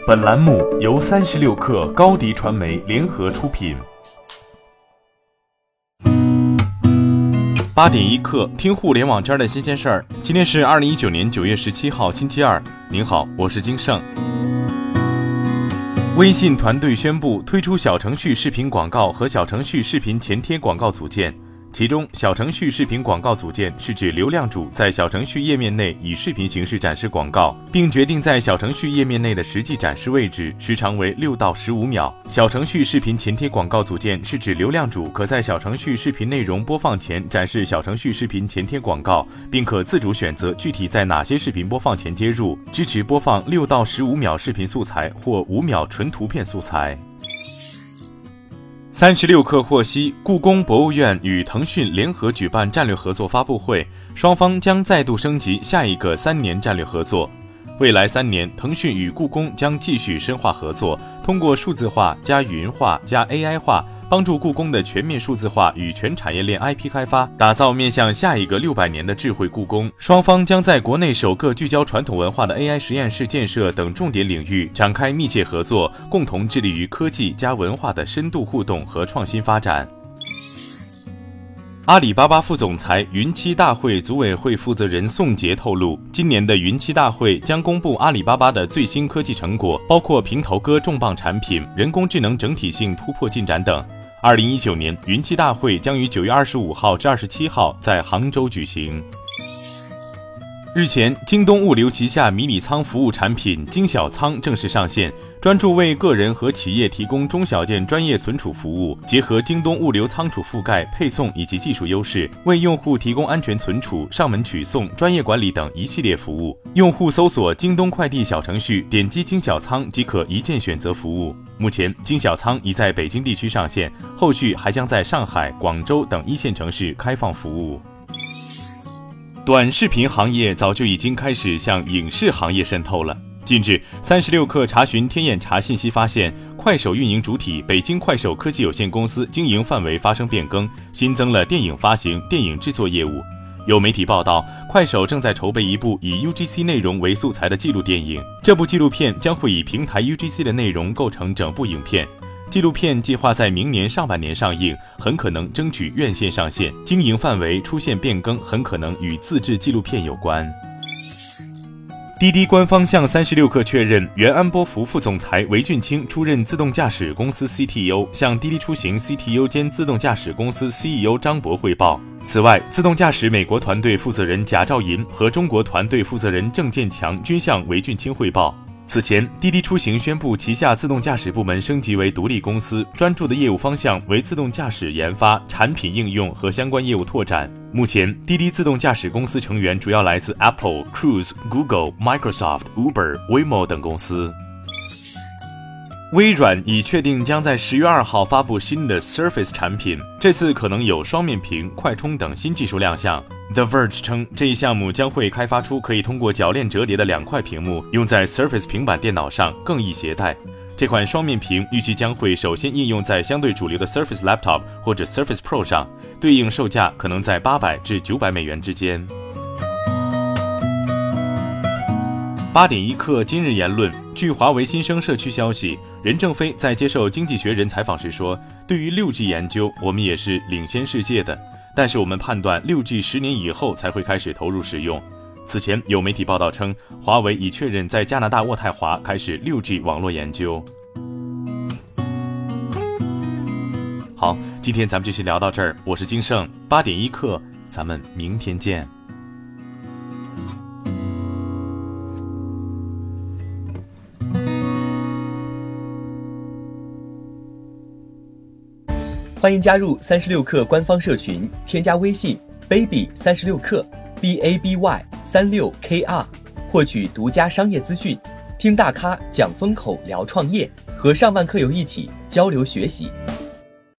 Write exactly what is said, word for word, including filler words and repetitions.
本栏目由三十六氪高迪传媒联合出品。八点一刻，听互联网圈的新鲜事儿。今天是二零一九年九月十七号，星期二。您好，我是金盛。微信团队宣布推出小程序视频广告和小程序视频前贴广告组件。其中，小程序视频广告组件是指流量主在小程序页面内以视频形式展示广告，并决定在小程序页面内的实际展示位置，时长为六到十五秒。小程序视频前贴广告组件是指流量主可在小程序视频内容播放前展示小程序视频前贴广告，并可自主选择具体在哪些视频播放前接入，支持播放六到十五秒视频素材或五秒纯图片素材。三十六氪获悉，故宫博物院与腾讯联合举办战略合作发布会，双方将再度升级下一个三年战略合作。未来三年，腾讯与故宫将继续深化合作，通过数字化加云化加 A I 化，帮助故宫的全面数字化与全产业链 I P 开发，打造面向下一个六百年的智慧故宫。双方将在国内首个聚焦传统文化的 A I 实验室建设等重点领域展开密切合作，共同致力于科技加文化的深度互动和创新发展。阿里巴巴副总裁、云栖大会组委会负责人宋杰透露，今年的云栖大会将公布阿里巴巴的最新科技成果，包括平头哥重磅产品、人工智能整体性突破进展等。二零一九年云栖大会将于九月二十五号至二十七号在杭州举行。日前，京东物流旗下迷你仓服务产品精小仓正式上线，专注为个人和企业提供中小件专业存储服务，结合京东物流仓储覆盖、配送以及技术优势，为用户提供安全存储、上门取送、专业管理等一系列服务。用户搜索京东快递小程序，点击精小仓即可一键选择服务。目前，精小仓已在北京地区上线，后续还将在上海、广州等一线城市开放服务。短视频行业早就已经开始向影视行业渗透了。近日，三十六氪查询天眼查信息发现，快手运营主体北京快手科技有限公司经营范围发生变更，新增了电影发行、电影制作业务。有媒体报道，快手正在筹备一部以 U G C 内容为素材的纪录电影，这部纪录片将会以平台 U G C 的内容构成整部影片。纪录片计划在明年上半年上映，很可能争取院线上线。经营范围出现变更，很可能与自制纪录片有关。滴滴官方向三十六氪确认，原安波福副总裁韦俊清出任自动驾驶公司 C T O， 向滴滴出行 C T O 兼自动驾驶公司 C E O 张博汇报。此外，自动驾驶美国团队负责人贾兆银和中国团队负责人郑建强均向韦俊清汇报。此前，滴滴出行宣布旗下自动驾驶部门升级为独立公司，专注的业务方向为自动驾驶研发、产品应用和相关业务拓展。目前，滴滴自动驾驶公司成员主要来自 Apple、Cruise、Google、Microsoft、Uber、Waymo 等公司。微软已确定将在十月二号发布新的 Surface 产品，这次可能有双面屏、快充等新技术亮相。The Verge 称，这一项目将会开发出可以通过铰链折叠的两块屏幕，用在 Surface 平板电脑上，更易携带。这款双面屏预计将会首先应用在相对主流的 Surface Laptop 或者 Surface Pro 上，对应售价可能在八百至九百美元之间。八点一刻今日言论，据华为新生社区消息，任正非在接受经济学人采访时说，对于 六 G 研究，我们也是领先世界的，但是我们判断 六 G 十年以后才会开始投入使用。此前有媒体报道称，华为已确认在加拿大渥太华开始 六 G 网络研究。好，今天咱们就先聊到这儿，我是金盛，八点一刻，咱们明天见。 欢迎加入三十六氪官方社群，添加微信 baby 三十六氪 b a b y 三六 k r， 获取独家商业资讯，听大咖讲风口，聊创业，和上万课友一起交流学习。